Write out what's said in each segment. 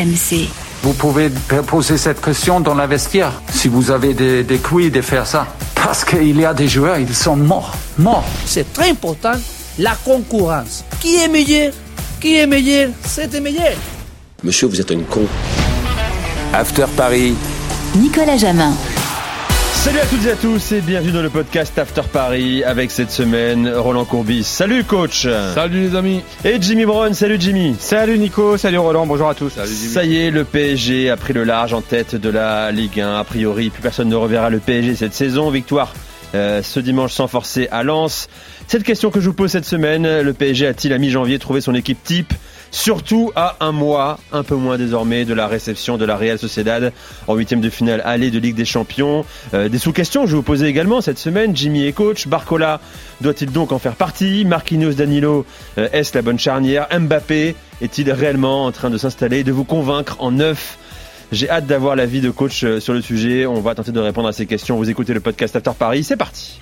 RMC. Vous pouvez poser cette question dans la vestiaire, si vous avez des couilles de faire ça. Parce qu'il y a des joueurs, ils sont morts. C'est très important, la concurrence. Qui est meilleur, c'est meilleur. Monsieur, vous êtes un con. After Paris. Nicolas Jamin. Salut à toutes et à tous et bienvenue dans le podcast After Paris avec cette semaine Roland Courbis. Salut coach. Salut les amis. Et Jimmy Brown, salut Jimmy. Salut Nico, salut Roland, bonjour à tous. Salut Jimmy. Ça y est, le PSG a pris le large en tête de la Ligue 1. A priori, plus personne ne reverra le PSG cette saison. Victoire ce dimanche sans forcer à Lens. Cette question que je vous pose cette semaine, le PSG a-t-il à mi-janvier trouvé son équipe type ? Surtout à un mois, un peu moins désormais, de la réception de la Real Sociedad en huitième de finale aller de Ligue des Champions. Des sous-questions que je vais vous poser également cette semaine. Jimmy est coach. Barcola doit-il donc en faire partie ? Marquinhos, Danilo, est-ce la bonne charnière ? Mbappé est-il réellement en train de s'installer et de vous convaincre en neuf ? J'ai hâte d'avoir l'avis de coach sur le sujet. On va tenter de répondre à ces questions. Vous écoutez le podcast After Paris. C'est parti.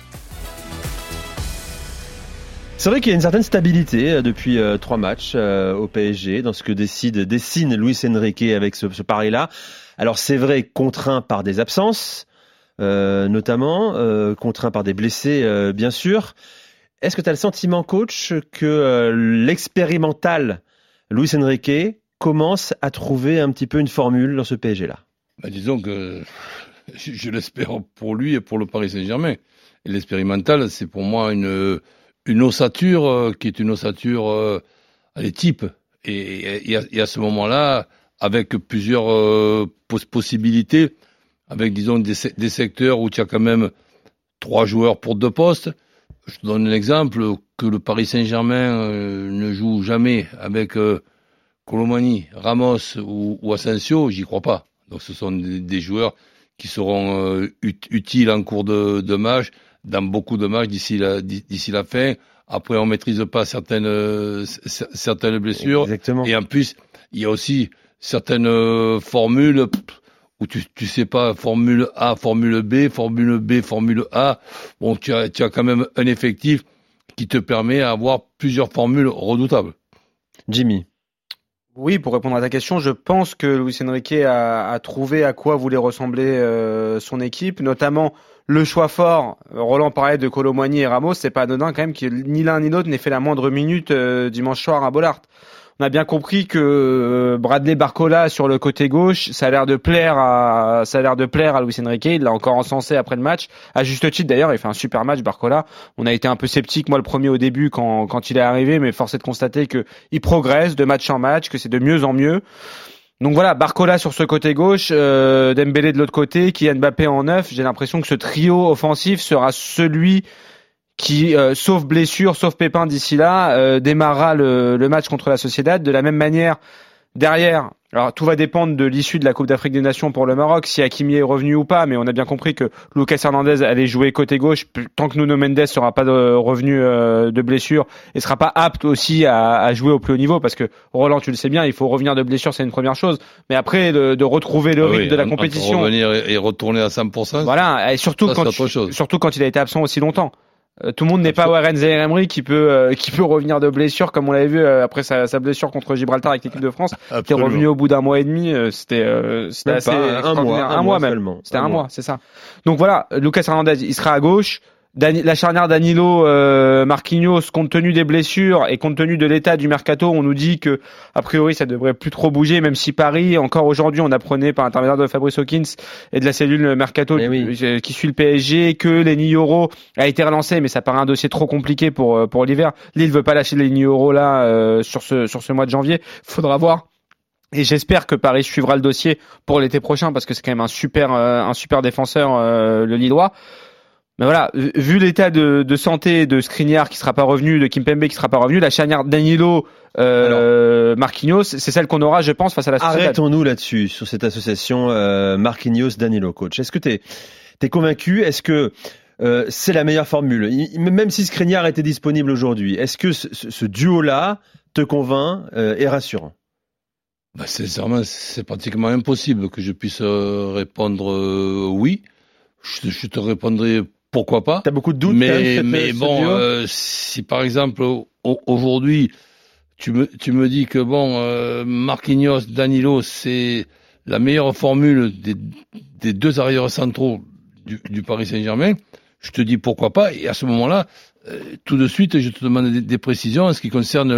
C'est vrai qu'il y a une certaine stabilité depuis 3 matchs au PSG dans ce que dessine Luis Enrique avec ce pari-là. Alors c'est vrai, contraint par des absences, notamment, contraint par des blessés, bien sûr. Est-ce que tu as le sentiment, coach, que l'expérimental Luis Enrique commence à trouver un petit peu une formule dans ce PSG-là ? Disons que je l'espère pour lui et pour le Paris Saint-Germain. Et l'expérimental, c'est pour moi une ossature qui est une ossature type. Et à ce moment-là, avec plusieurs possibilités, avec disons des secteurs où tu as quand même 3 joueurs pour 2 postes. Je te donne un exemple, que le Paris Saint-Germain ne joue jamais avec Colomani, Ramos ou Asensio, j'y crois pas. Donc ce sont des joueurs qui seront utiles en cours de match, dans beaucoup de matchs d'ici la fin. Après, on maîtrise pas certaines blessures. Exactement. Et en plus, il y a aussi certaines formules où tu sais pas, formule A, formule B, formule A. Bon, tu as quand même un effectif qui te permet d'avoir plusieurs formules redoutables. Jimmy. Oui, pour répondre à ta question, je pense que Luis Enrique a trouvé à quoi voulait ressembler son équipe, notamment le choix fort. Roland parlait de Kolo Muani et Ramos, c'est pas anodin quand même que ni l'un ni l'autre n'ait fait la moindre minute dimanche soir à Bollaert. On a bien compris que Bradley Barcola sur le côté gauche, ça a l'air de plaire à Luis Enrique. Il l'a encore encensé après le match, à juste titre d'ailleurs. Il fait un super match, Barcola. On a été un peu sceptique, moi le premier au début quand il est arrivé, mais force est de constater que il progresse de match en match, que c'est de mieux en mieux. Donc voilà, Barcola sur ce côté gauche, Dembélé de l'autre côté, Kylian Mbappé en 9. J'ai l'impression que ce trio offensif sera celui qui, sauf blessure, sauf pépin d'ici là, démarrera le match contre la Sociedad. De la même manière, derrière, alors tout va dépendre de l'issue de la Coupe d'Afrique des Nations pour le Maroc, si Hakimi est revenu ou pas, mais on a bien compris que Lucas Hernandez allait jouer côté gauche tant que Nuno Mendes sera pas revenu de blessure et sera pas apte aussi à jouer au plus haut niveau, parce que Roland, tu le sais bien, il faut revenir de blessure, c'est une première chose, mais après de retrouver le rythme de la compétition, revenir et retourner à 100%. Voilà, et surtout quand il a été absent aussi longtemps. Tout le monde n'est pas Warren Zaïre-Emery qui peut revenir de blessure, comme on l'avait vu après sa blessure contre Gibraltar avec l'équipe de France, qui est revenu au bout d'1 mois et demi. C'était assez extraordinaire. Un mois même. Seulement. C'était un mois, c'est ça. Donc voilà, Lucas Hernandez, il sera à gauche. La charnière Danilo, Marquinhos, compte tenu des blessures et compte tenu de l'état du mercato, on nous dit que a priori ça devrait plus trop bouger, même si Paris, encore aujourd'hui, on apprenait par l'intermédiaire de Fabrice Hawkins et de la cellule mercato qui suit le PSG que Lenny Yoro a été relancé, mais ça paraît un dossier trop compliqué pour l'hiver. Lille veut pas lâcher Lenny Yoro là sur ce mois de janvier. Faudra voir. Et j'espère que Paris suivra le dossier pour l'été prochain, parce que c'est quand même un super défenseur, le Lillois. Mais voilà, vu l'état de santé de Skriniar qui sera pas revenu, de Kimpembe qui sera pas revenu, la charnière Danilo, Marquinhos, c'est celle qu'on aura, je pense, face à la Sociedad. Arrêtons-nous là-dessus, sur cette association Marquinhos-Danilo, coach. Est-ce que t'es convaincu ? Est-ce que c'est la meilleure formule ? Même si Skriniar était disponible aujourd'hui, est-ce que ce duo-là te convainc et rassurant ? Sincèrement, c'est pratiquement impossible que je puisse répondre oui. Je te répondrai pourquoi pas. T'as beaucoup de doutes, mais bon, si par exemple aujourd'hui tu me dis que Marquinhos, Danilo, c'est la meilleure formule des deux arrières centraux du Paris Saint-Germain. Je te dis pourquoi pas. Et à ce moment-là, tout de suite, je te demande des précisions en ce qui concerne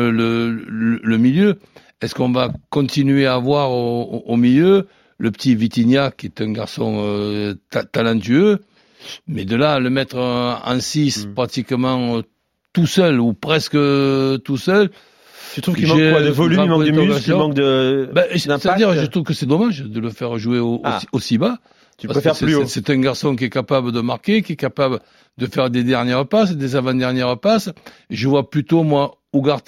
le milieu. Est-ce qu'on va continuer à avoir au milieu le petit Vitinha, qui est un garçon talentueux, mais de là à le mettre en 6 pratiquement tout seul ou presque tout seul. Tu trouves qu'il manque quoi, de volume, il manque de muscle, il manque de c'est-à-dire, je trouve que c'est dommage de le faire jouer aussi bas. Tu préfères plus haut. C'est un garçon qui est capable de marquer, qui est capable de faire des dernières passes, des avant-dernières passes. Je vois plutôt, moi, Ugarte.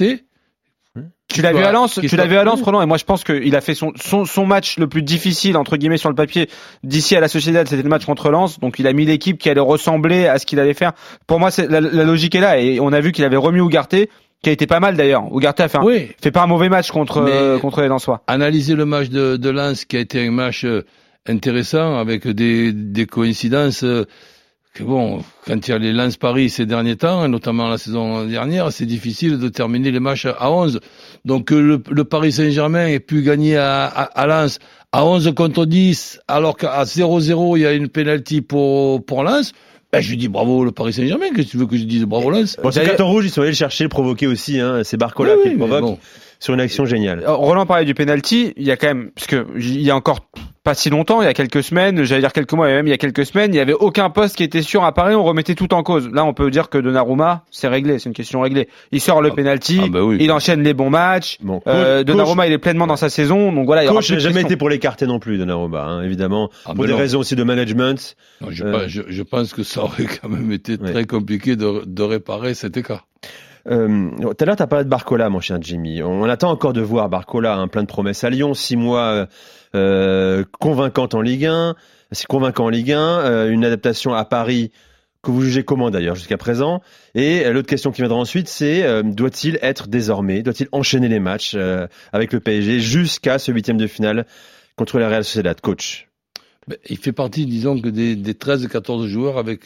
Tu l'as vu à Lens, Roland, et moi je pense qu'il a fait son match le plus difficile, entre guillemets, sur le papier, d'ici à la Sociedad, c'était le match contre Lens, donc il a mis l'équipe qui allait ressembler à ce qu'il allait faire. Pour moi, la logique est là, et on a vu qu'il avait remis Ugarte, qui a été pas mal d'ailleurs. Ugarte a fait pas un mauvais match contre les Lensois. Analyser le match de Lens, qui a été un match intéressant, avec des coïncidences, que quand il y a les Lens Paris ces derniers temps, notamment la saison dernière, c'est difficile de terminer les matchs à 11. Donc le Paris Saint-Germain ait pu gagner à Lens à 11 contre 10, alors qu'à 0-0, il y a une penalty pour Lens. Je dis bravo le Paris Saint-Germain, qu'est-ce que tu veux que je dise, bravo Lens. Bon, c'est carton rouge, ils sont allés le chercher, le provoquer aussi, hein. C'est Barcola qui le provoque sur une action géniale. Roland parlait du penalty, il y a quand même, parce que il y a encore pas si longtemps, il y a quelques semaines, j'allais dire quelques mois, mais même il y a quelques semaines, il y avait aucun poste qui était sûr à Paris, on remettait tout en cause. Là, on peut dire que Donnarumma, c'est réglé, c'est une question réglée. Il sort le penalty, il enchaîne les bons matchs. Donnarumma, il est pleinement dans sa saison, donc voilà. Coach n'a jamais été pour l'écarter non plus, Donnarumma, hein, évidemment, pour des raisons aussi de management. Non, je pense que ça aurait quand même été très compliqué de réparer cet écart. Tout à l'heure, t'as parlé de Barcola, mon cher Jimmy. On attend encore de voir Barcola, plein de promesses à Lyon, 6 mois convaincante en Ligue 1, c'est convaincant en Ligue 1, une adaptation à Paris que vous jugez comment d'ailleurs jusqu'à présent. Et l'autre question qui viendra ensuite, c'est doit-il enchaîner les matchs avec le PSG jusqu'à ce 8e de finale contre la Real Sociedad, coach? Il fait partie, disons, que des 13-14 joueurs avec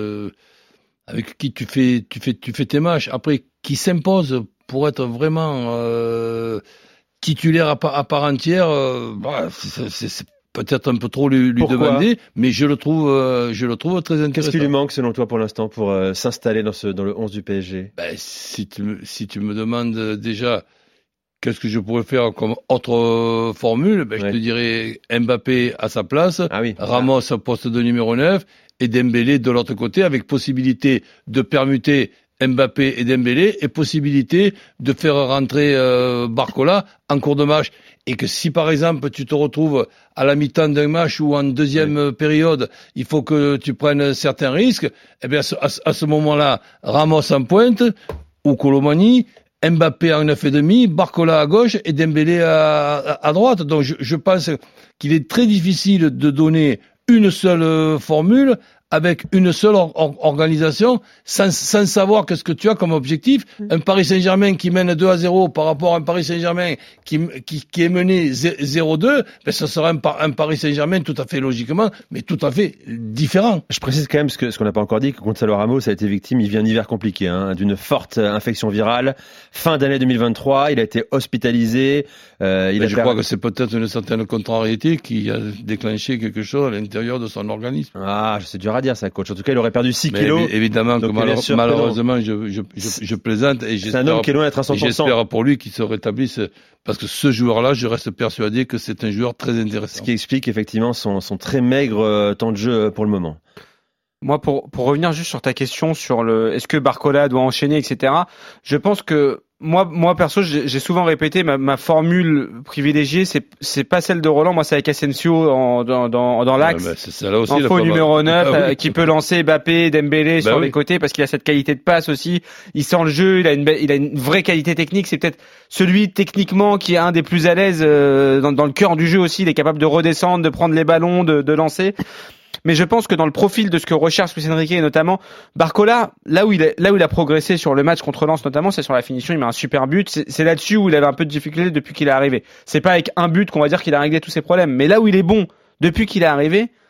qui tu fais tes matchs. Après, qui s'impose pour être vraiment titulaire à part entière, c'est peut-être un peu trop lui demander, mais je le trouve très intéressant. Qu'est-ce qui lui manque selon toi pour l'instant pour s'installer dans le 11 du PSG? Si tu me demandes déjà qu'est-ce que je pourrais faire comme autre formule, je te dirais Mbappé à sa place, Ramos au poste de numéro 9 et Dembélé de l'autre côté, avec possibilité de permuter Mbappé et Dembélé et possibilité de faire rentrer Barcola en cours de match. Et que si par exemple tu te retrouves à la mi-temps d'un match ou en deuxième période, il faut que tu prennes certains risques, à ce moment-là, Ramos en pointe ou Colomani, Mbappé en 9,5, Barcola à gauche et Dembélé à droite. Donc je pense qu'il est très difficile de donner une seule formule avec une seule organisation, sans savoir qu'est-ce que tu as comme objectif. Un Paris Saint-Germain qui mène 2-0 par rapport à un Paris Saint-Germain qui est mené 0-2, ça sera un Paris Saint-Germain tout à fait logiquement, mais tout à fait différent. Je précise quand même ce qu'on n'a pas encore dit, que Gonzalo Ramos a été victime, il vit un hiver compliqué, d'une forte infection virale. Fin d'année 2023, il a été hospitalisé. Je crois que c'est peut-être une certaine contrariété qui a déclenché quelque chose à l'intérieur de son organisme. C'est dur à dire ça, coach. En tout cas, il aurait perdu 6 kilos. Évidemment que malheureusement, je plaisante et c'est un homme qui est loin d'être à 100%. J'espère pour lui qu'il se rétablisse, parce que ce joueur-là, je reste persuadé que c'est un joueur très intéressant. Ce qui explique effectivement son très maigre temps de jeu pour le moment. Moi, pour revenir juste sur ta question sur est-ce que Barcola doit enchaîner, etc. Je pense que moi perso, j'ai souvent répété ma formule privilégiée, c'est pas celle de Roland. Moi, c'est avec Asensio dans l'axe. C'est là aussi, en faux numéro 9, qui peut lancer Mbappé, Dembélé sur les côtés, parce qu'il a cette qualité de passe aussi. Il sent le jeu, il a une vraie qualité technique. C'est peut-être celui techniquement qui est un des plus à l'aise dans le cœur du jeu aussi. Il est capable de redescendre, de prendre les ballons, de lancer. Mais je pense que dans le profil de ce que recherche Luis Enrique, et notamment Barcola, là où il a progressé sur le match contre Lens notamment, c'est sur la finition. Il met un super but. C'est là-dessus où il avait un peu de difficulté depuis qu'il est arrivé. C'est pas avec un but qu'on va dire qu'il a réglé tous ses problèmes. Mais là où il est bon depuis qu'il est arrivé,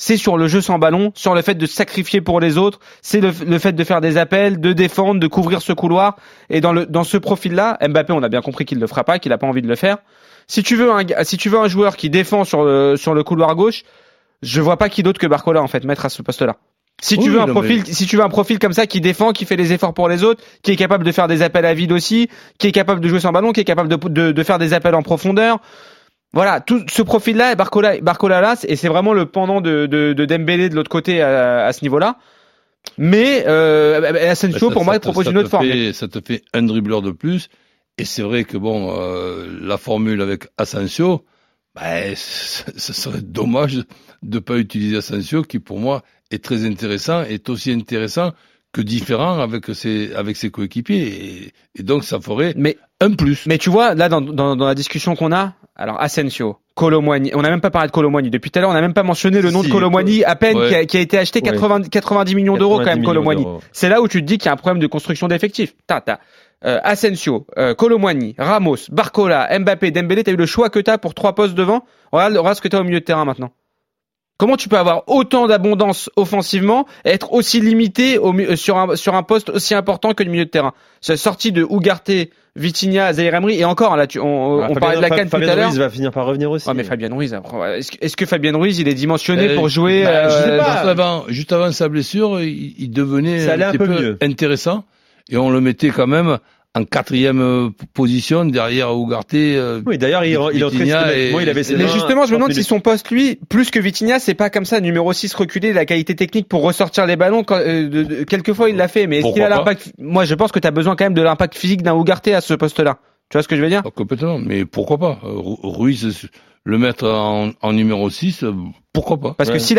c'est sur le jeu sans ballon, sur le fait de se sacrifier pour les autres, c'est le fait de faire des appels, de défendre, de couvrir ce couloir. Et dans ce profil-là, Mbappé, on a bien compris qu'il le fera pas, qu'il a pas envie de le faire. Si tu veux un joueur qui défend sur le couloir gauche, je vois pas qui d'autre que Barcola en fait mettre à ce poste-là. Si tu veux un profil comme ça qui défend, qui fait les efforts pour les autres, qui est capable de faire des appels à vide aussi, qui est capable de jouer sans ballon, qui est capable de faire des appels en profondeur. Voilà, tout ce profil-là, Barcola là, et c'est vraiment le pendant de Dembélé de l'autre côté à ce niveau-là. Mais Asensio, pour moi, il propose une autre formule. Ça te fait un dribbleur de plus. Et c'est vrai que la formule avec Asensio, ce serait dommage de pas utiliser Asensio, qui pour moi est très intéressant, est aussi intéressant que différent avec ses coéquipiers. Et donc ça ferait un plus. Mais tu vois, là dans la discussion qu'on a, alors Asensio, Kolo Muani, on n'a même pas parlé de Kolo Muani. Depuis tout à l'heure, on n'a même pas mentionné le nom de Kolo Muani, à peine qui a été acheté 90 millions d'euros quand même, Kolo Muani. C'est là où tu te dis qu'il y a un problème de construction d'effectifs. Asensio, Kolo Muani, Ramos, Barcola, Mbappé, Dembélé, t'as eu le choix que t'as pour 3 postes devant. Regarde ce que t'as au milieu de terrain maintenant. Comment tu peux avoir autant d'abondance offensivement et être aussi limité sur un poste aussi important que le milieu de terrain? C'est sorti de Ugarte, Vitinha, Zaïre Emery, et encore là, on parlait de la CAN tout à l'heure. Fabien Ruiz va finir par revenir aussi. Ouais, mais Fabien Ruiz, est-ce que Fabien Ruiz, il est dimensionné pour jouer je sais pas. Juste avant sa blessure, il devenait un peu mieux intéressant, et on le mettait quand même en 4e position derrière Ugarte. Oui, d'ailleurs, il avait ses mais justement, je me demande si son poste, lui, plus que Vitinha, c'est pas comme ça, numéro 6 reculé, la qualité technique pour ressortir les ballons. Quelquefois, il l'a fait, mais est-ce qu'il a l'impact? Moi, je pense que t'as besoin quand même de l'impact physique d'un Ugarte à ce poste-là. Tu vois ce que je veux dire? Complètement, mais pourquoi pas? Ruiz, le mettre en numéro 6, pourquoi pas? Parce que si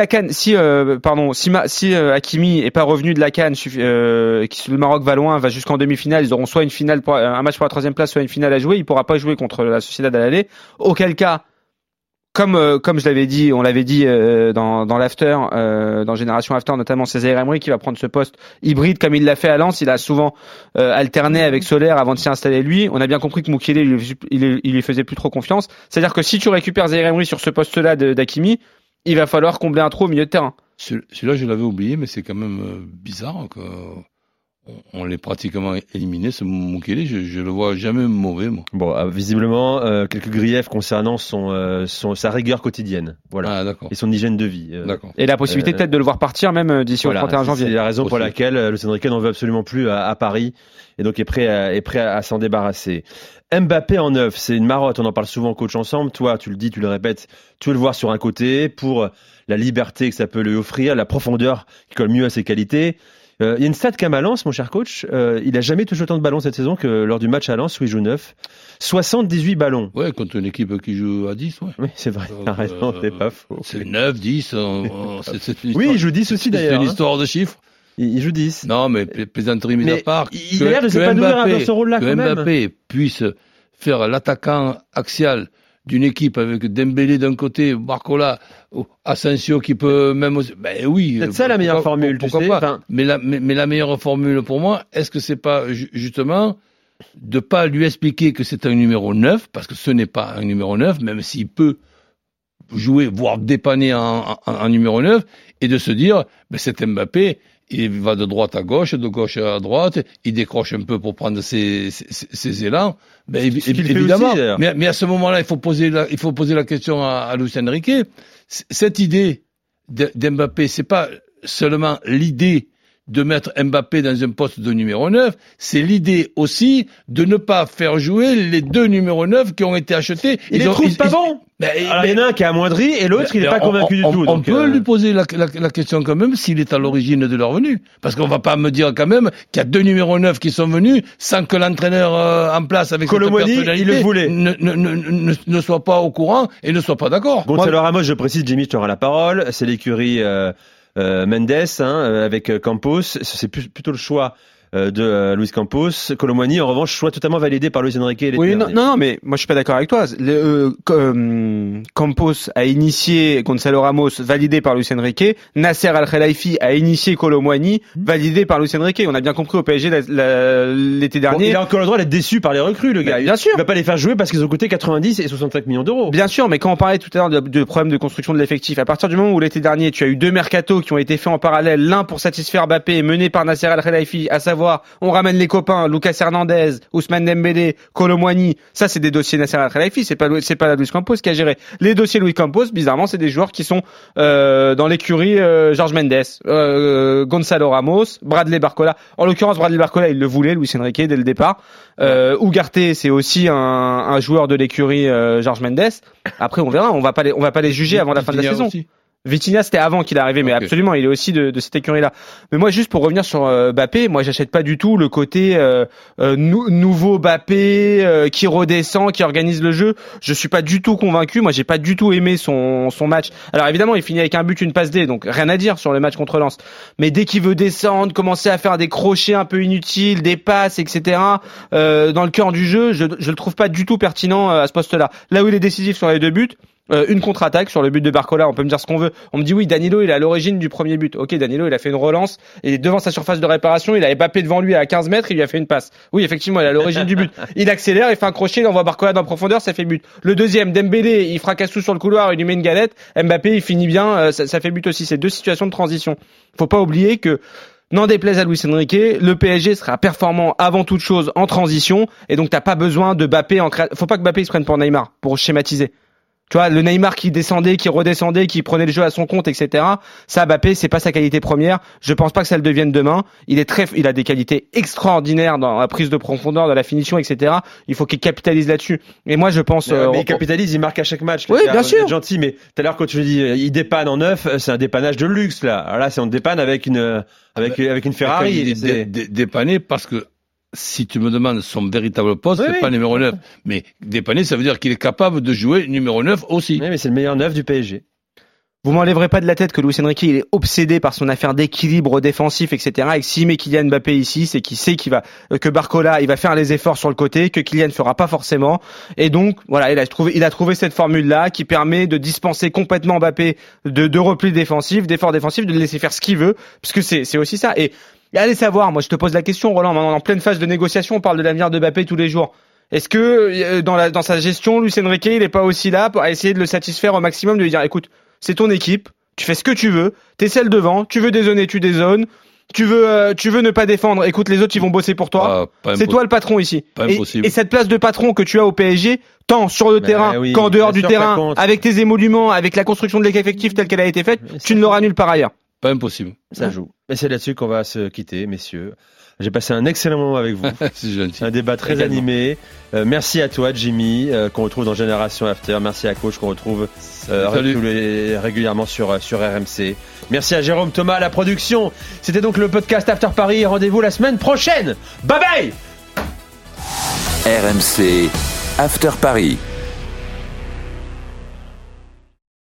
Hakimi est pas revenu de la CAN, le Maroc va loin, va jusqu'en demi-finale, ils auront soit un match pour la 3e place, soit une finale à jouer, il pourra pas jouer contre la Sociedad à l'aller. Auquel cas, comme je l'avais dit, on l'avait dit dans l'after, dans Génération After, notamment c'est Zaïre Emery qui va prendre ce poste hybride comme il l'a fait à Lens. Il a souvent alterné avec Soler avant de s'y installer lui. On a bien compris que Mukiele il lui faisait plus trop confiance. C'est-à-dire que si tu récupères Zaïre Emery sur ce poste-là d'Hakimi, il va falloir combler un trou au milieu de terrain. Celui-là, je l'avais oublié, mais c'est quand même bizarre que on l'est pratiquement éliminé, ce Mukiele, je le vois jamais mauvais, moi. Bon, visiblement, quelques griefs concernant sa rigueur quotidienne. Voilà. Ah, d'accord. Et son hygiène de vie. D'accord. Et la possibilité peut-être de le voir partir même d'ici au 31 janvier. C'est la raison pour laquelle Luis Enrique n'en veut absolument plus à Paris et donc est prêt à s'en débarrasser. Mbappé en neuf, c'est une marotte, on en parle souvent coach ensemble. Toi, tu le dis, tu le répètes, tu veux le voir sur un côté pour la liberté que ça peut lui offrir, la profondeur qui colle mieux à ses qualités. Il y a une stat quand même à Lens, mon cher coach. Il a jamais touché autant de ballons cette saison que lors du match à Lens où il joue 9. 78 ballons. Ouais, contre une équipe qui joue à 10, ouais. Oui, c'est vrai. T'as raison, c'est pas faux. C'est 9, 10. Oui, il joue 10 aussi d'ailleurs. C'est une histoire de chiffres. Il joue 10. Non, mais plaisanterie mise à part. Il a l'air de s'épanouir dans ce rôle-là quand même. Que Mbappé puisse faire l'attaquant axial d'une équipe avec Dembélé d'un côté, Barcola, Asensio qui peut même aussi... Ben oui. C'est ça la meilleure formule, tu sais. Pas. Mais la meilleure formule pour moi, est-ce que c'est pas justement de pas lui expliquer que c'est un numéro 9, parce que ce n'est pas un numéro 9, même s'il peut jouer, voire dépanner en numéro 9, et de se dire, ben c'est Mbappé, il va de droite à gauche, de gauche à droite, il décroche un peu pour prendre ses élans. Ben, évidemment. Aussi, mais à ce moment-là, il faut poser la question à Luis Enrique. Cette idée d'Mbappé, c'est pas seulement l'idée de mettre Mbappé dans un poste de numéro 9, c'est l'idée aussi de ne pas faire jouer les 2 numéros 9 qui ont été achetés. Il les trouve pas bons. Alors, il y en a un qui est amoindri et l'autre, il n'est pas convaincu du tout. On peut lui poser la question quand même s'il est à l'origine de leur venue. Parce qu'on va pas me dire quand même qu'il y a 2 numéros 9 qui sont venus sans que l'entraîneur en place avec Kolo Muani, cette personnalité il le voulait. ne soit pas au courant et ne soit pas d'accord. Gonzalo Ramos, je précise, Jimmy, tu auras la parole. C'est l'écurie Mendes avec Campos. C'est plutôt le choix de Luis Campos. Kolo Muani, en revanche, choix totalement validé par Luis Enrique. Oui, non, mais moi je suis pas d'accord avec toi. Campos a initié Gonzalo Ramos, validé par Luis Enrique. Nasser Al-Khelaifi a initié Kolo Muani, validé par Luis Enrique. On a bien compris au PSG l'été dernier. Il a encore le droit d'être déçu par les recrues, le gars. Bien sûr. Il va pas les faire jouer parce qu'ils ont coûté 90 et 65 millions d'euros. Bien sûr, mais quand on parlait tout à l'heure de problème de construction de l'effectif, à partir du moment où l'été dernier tu as eu 2 mercatos qui ont été faits en parallèle, l'un pour satisfaire Mbappé, mené par Nasser Al-Khelaifi, à savoir on ramène les copains, Lucas Hernandez, Ousmane Dembélé, Kolo Muani, ça c'est des dossiers Nasser Al-Khelaifi, c'est pas Luis Campos qui a géré. Les dossiers Luis Campos, bizarrement, c'est des joueurs qui sont dans l'écurie Jorge Mendes, Gonzalo Ramos, Bradley Barcola. En l'occurrence, Bradley Barcola, il le voulait, Luis Enrique, dès le départ. Ugarte, c'est aussi un joueur de l'écurie Jorge Mendes. Après, on verra, on va pas les juger avant la fin de la saison. Aussi. Vitinha, c'était avant qu'il est arrivé, mais absolument, il est aussi de cette écurie-là. Mais moi, juste pour revenir sur Mbappé, moi, j'achète pas du tout le côté nouveau Mbappé qui redescend, qui organise le jeu. Je suis pas du tout convaincu. Moi, j'ai pas du tout aimé son match. Alors évidemment, il finit avec un but, une passe D, donc rien à dire sur le match contre Lens. Mais dès qu'il veut descendre, commencer à faire des crochets un peu inutiles, des passes, etc. Dans le cœur du jeu, je le trouve pas du tout pertinent à ce poste-là. Là où il est décisif sur les 2 buts. Une contre-attaque sur le but de Barcola, on peut me dire ce qu'on veut. On me dit oui, Danilo, il est à l'origine du premier but. Ok, Danilo, il a fait une relance et devant sa surface de réparation, il avait Mbappé devant lui à 15 mètres, il lui a fait une passe. Oui, effectivement, il est à l'origine du but. Il accélère, il fait un crochet, il envoie Barcola dans la profondeur, ça fait but. Le deuxième, Dembélé, il fracasse tout sur le couloir, il lui met une galette. Mbappé, il finit bien, ça fait but aussi. C'est 2 situations de transition. Faut pas oublier que n'en déplaise à Luis Enrique, le PSG sera performant avant toute chose en transition et donc t'as pas besoin de Mbappé faut pas que Mbappé se prenne pour Neymar, pour schématiser. Tu vois, le Neymar qui descendait, qui redescendait, qui prenait le jeu à son compte, etc. Ça, Mbappé, c'est pas sa qualité première. Je pense pas que ça le devienne demain. Il a des qualités extraordinaires dans la prise de profondeur, dans la finition, etc. Il faut qu'il capitalise là-dessus. Et moi, je pense. Mais il capitalise, il marque à chaque match. Oui, bien sûr. Gentil, mais tout à l'heure quand tu dis, il dépanne en neuf, c'est un dépannage de luxe là. Alors là, c'est on dépanne avec une Ferrari. Dépanner parce que. Si tu me demandes son véritable poste, c'est pas numéro 9. Mais dépanner, ça veut dire qu'il est capable de jouer numéro 9 aussi. Oui, mais c'est le meilleur 9 du PSG. Vous m'enlèverez pas de la tête que Luis Enrique, il est obsédé par son affaire d'équilibre défensif, etc. Et que s'il met Kylian Mbappé ici, c'est qu'il sait que Barcola, il va faire les efforts sur le côté, que Kylian ne fera pas forcément. Et donc, voilà, il a trouvé cette formule-là qui permet de dispenser complètement Mbappé de repli défensif, d'efforts défensifs, de le laisser faire ce qu'il veut. Parce que c'est aussi ça. Et allez savoir, moi je te pose la question, Roland, en pleine phase de négociation, on parle de l'avenir de Mbappé tous les jours. Est-ce que dans sa gestion, Luis Enrique, il est pas aussi là pour essayer de le satisfaire au maximum, de lui dire, écoute, c'est ton équipe, tu fais ce que tu veux, t'es celle devant, tu veux dézoner, tu dézones, tu veux ne pas défendre, écoute, les autres ils vont bosser pour toi. C'est toi le patron ici. Et cette place de patron que tu as au PSG, tant sur le terrain qu'en dehors du terrain, avec tes émoluments, avec la construction de l'effectif telle qu'elle a été faite, tu ne l'auras nulle part ailleurs. Pas impossible. Ça joue. Et c'est là-dessus qu'on va se quitter, messieurs. J'ai passé un excellent moment avec vous. C'est gentil. Un débat très animé. Merci à toi, Jimmy, qu'on retrouve dans Génération After. Merci à Coach, qu'on retrouve régulièrement sur RMC. Merci à Jérôme Thomas à la production. C'était donc le podcast After Paris. Rendez-vous la semaine prochaine. Bye bye. RMC After Paris.